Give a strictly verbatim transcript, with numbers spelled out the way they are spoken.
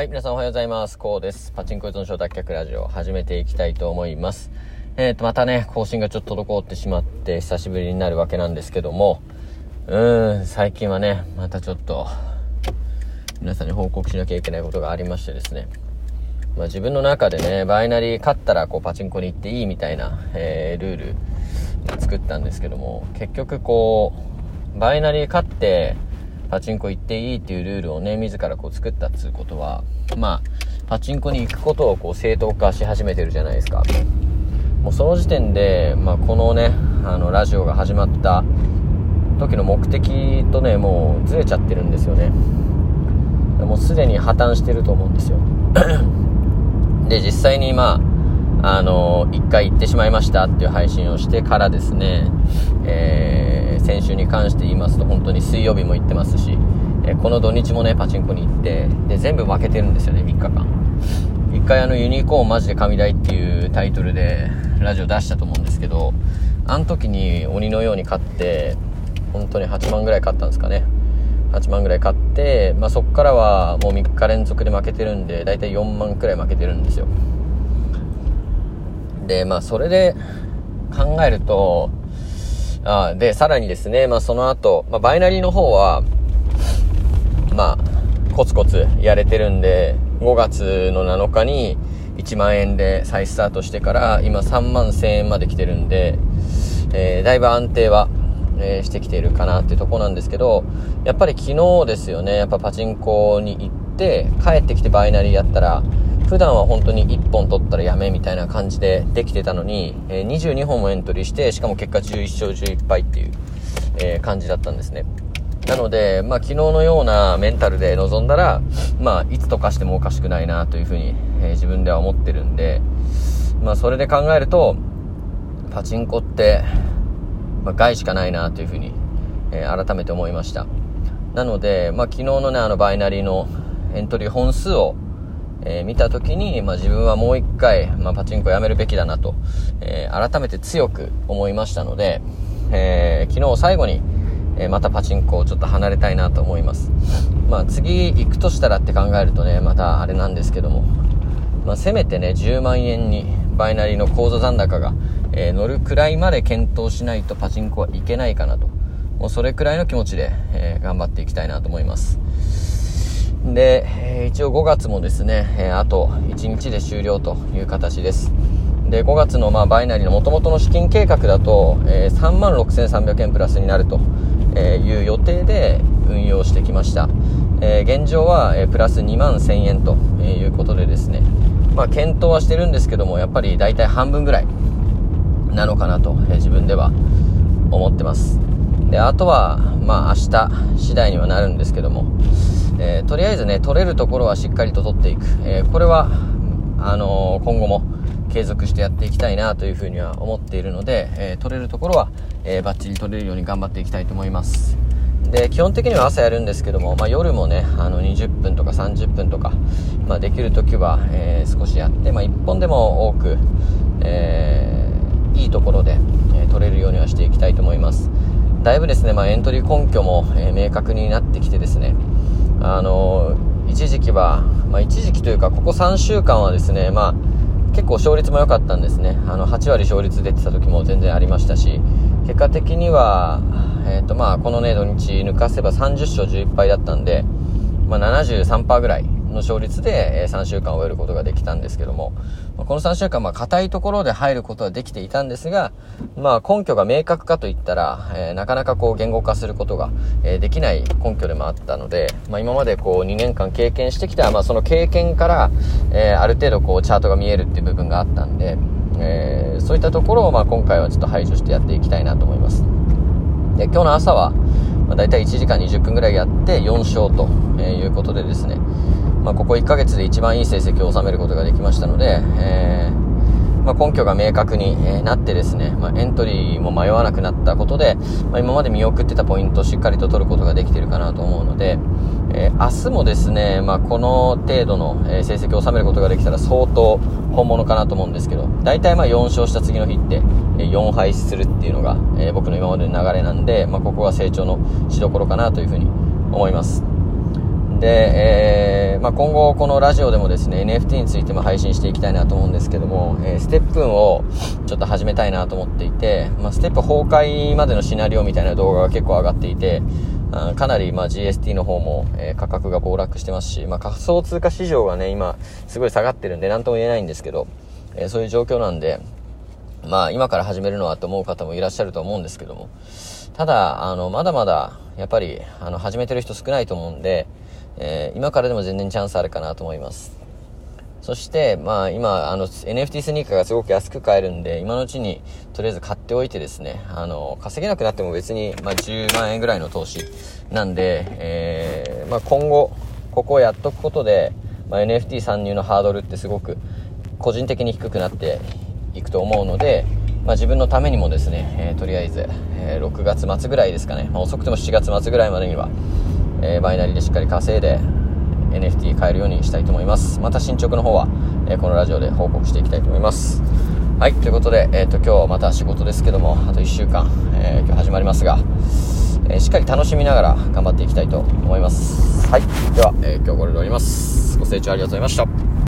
はい、皆さんおはようございます。こうです。パチンコ依存症脱却ラジオを始めていきたいと思います。えーと、またね、更新がちょっと滞ってしまって久しぶりになるわけなんですけども、うーん、最近はね、またちょっと皆さんに報告しなきゃいけないことがありましてですね、まあ、自分の中でね、バイナリー勝ったらこうパチンコに行っていいみたいな、えー、ルール作ったんですけども、結局こうバイナリー勝ってパチンコ行っていいっていうルールをね、自らこう作ったっつうことは、まあパチンコに行くことをこう正当化し始めてるじゃないですか。もうその時点で、まあ、このねあのラジオが始まった時の目的とねもうずれちゃってるんですよね。もうすでに破綻してると思うんですよで、実際にまああの一回行ってしまいましたっていう配信をしてからですね、えー、先週に関して言いますと本当に水曜日も行ってますし、えー、この土日もねパチンコに行ってで全部負けてるんですよね。みっかかん一回あのユニコーンマジで神台っていうタイトルでラジオ出したと思うんですけど、あの時に鬼のように勝って本当にはちまんぐらい勝ったんですかね。はちまんぐらい勝って、まあ、そっからはもうみっか連続で負けてるんでだいたいよんまんくらい負けてるんですよ。でまあそれで考えるとあでさらにですね、まあ、その後、まあ、バイナリーの方はまあコツコツやれてるんでごがつのなのかにいちまんえんで再スタートしてから今さんまんせんえんまで来てるんで、えー、だいぶ安定は、えー、してきているかなっていうところなんですけど、やっぱり昨日ですよね。やっぱパチンコに行って帰ってきてバイナリーやったら普段は本当にいっぽん取ったらやめみたいな感じでできてたのに、えー、にじゅうにほんもエントリーしてしかも結果じゅういっしょうじゅういっぱいっていう、えー、感じだったんですね。なので、まあ、昨日のようなメンタルで臨んだら、まあ、いつとかしてもおかしくないなというふうに、えー、自分では思ってるんで、まあ、それで考えるとパチンコって、まあ、害しかないなというふうに、えー、改めて思いました。なので、まあ、昨日のねあのバイナリーのエントリー本数をえー、見たときに、まあ、自分はもう一回、まあ、パチンコやめるべきだなと、えー、改めて強く思いましたので、えー、昨日最後に、えー、またパチンコをちょっと離れたいなと思います。まあ、次行くとしたらって考えるとねまたあれなんですけども、まあ、せめてねじゅうまんえんにバイナリーの口座残高が、えー、乗るくらいまで検討しないとパチンコはいけないかなと、もうそれくらいの気持ちで、えー、頑張っていきたいなと思います。で、えー、一応ごがつもですね、えー、あといちにちで終了という形です。でごがつのまあバイナリーの元々の資金計画だと、えー、さんまんろくせんさんびゃくえんプラスになるという予定で運用してきました。えー、現状は、えー、プラスにまんせんえんということでですね、まあ、検討はしてるんですけどもやっぱりだいたい半分ぐらいなのかなと、えー、自分では思ってます。であとはまあ明日次第にはなるんですけども、えー、とりあえずね取れるところはしっかりと取っていく、えー、これはあのー、今後も継続してやっていきたいなというふうには思っているので、えー、取れるところは、えー、バッチリ取れるように頑張っていきたいと思います。で基本的には朝やるんですけども、まあ、夜もねあのにじゅっぷんとかさんじゅっぷんとか、まあ、できるときは、えー、少しやって、まあ、いっぽんでも多く、えー、いいところで、えー、取れるようにはしていきたいと思います。だいぶですね、まあ、エントリー根拠も、えー、明確になってきてですね、あのー、一時期は、まあ、一時期というかここさんしゅうかんはですね、まあ、結構勝率も良かったんですね。あのはちわり勝率出てた時も全然ありましたし、結果的には、えーとまあ、このね土日抜かせばさんじゅっしょうじゅういっぱいだったんで、まあ、ななじゅうさんパーセント ぐらいの勝率で、えー、さんしゅうかんを終えることができたんですけども、まあ、このさんしゅうかん、まあ、硬いところで入ることはできていたんですが、まあ、根拠が明確かといったら、えー、なかなかこう言語化することが、えー、できない根拠でもあったので、まあ、今までこうにねんかん経験してきた、まあ、その経験から、えー、ある程度こうチャートが見えるっていう部分があったんで、えー、そういったところをまあ今回はちょっと排除してやっていきたいなと思います。で今日の朝は、まあ、だいたいいちじかんにじゅっぷんぐらいやってよんしょうということでですね、まあ、ここいっかげつで一番いい成績を収めることができましたので、えーまあ、根拠が明確になってですね、まあ、エントリーも迷わなくなったことで、まあ、今まで見送ってたポイントをしっかりと取ることができているかなと思うので、えー、明日もですね、まあ、この程度の成績を収めることができたら相当本物かなと思うんですけど、だいたいまあよんしょうした次の日ってよんはいするっていうのが、えー、僕の今までの流れなんで、まあ、ここは成長のしどころかなというふうに思います。 で、えーまあ、今後このラジオでもですね エヌエフティー についても配信していきたいなと思うんですけども、えー、ステップンをちょっと始めたいなと思っていて、まあ、ステップ崩壊までのシナリオみたいな動画が結構上がっていて、あかなりまあ ジーエスティー の方も、えー、価格が暴落してますし、まあ、仮想通貨市場がね今すごい下がってるんで何とも言えないんですけど、えー、そういう状況なんで、まあ今から始めるのはと思う方もいらっしゃると思うんですけども、ただあのまだまだやっぱりあの始めてる人少ないと思うんで、えー、今からでも全然チャンスあるかなと思います。そしてまあ今あの エヌエフティー スニーカーがすごく安く買えるんで、今のうちにとりあえず買っておいてですね、あの稼げなくなっても別に、まあ、じゅうまんえんぐらいの投資なんで、えーまあ、今後ここをやっとくことで、まあ、エヌエフティー 参入のハードルってすごく個人的に低くなっていくと思うので、まあ、自分のためにもですね、えー、とりあえず、えー、ろくがつ末ぐらいですかね、まあ、遅くてもしちがつ末ぐらいまでには、えー、バイナリーでしっかり稼いで エヌエフティー 買えるようにしたいと思います。また進捗の方は、えー、このラジオで報告していきたいと思います。はい、ということで、えー、と今日はまた仕事ですけども、あといっしゅうかん、えー、今日始まりますが、えー、しっかり楽しみながら頑張っていきたいと思います。はい、では、えー、今日これで終わります。ご清聴ありがとうございました。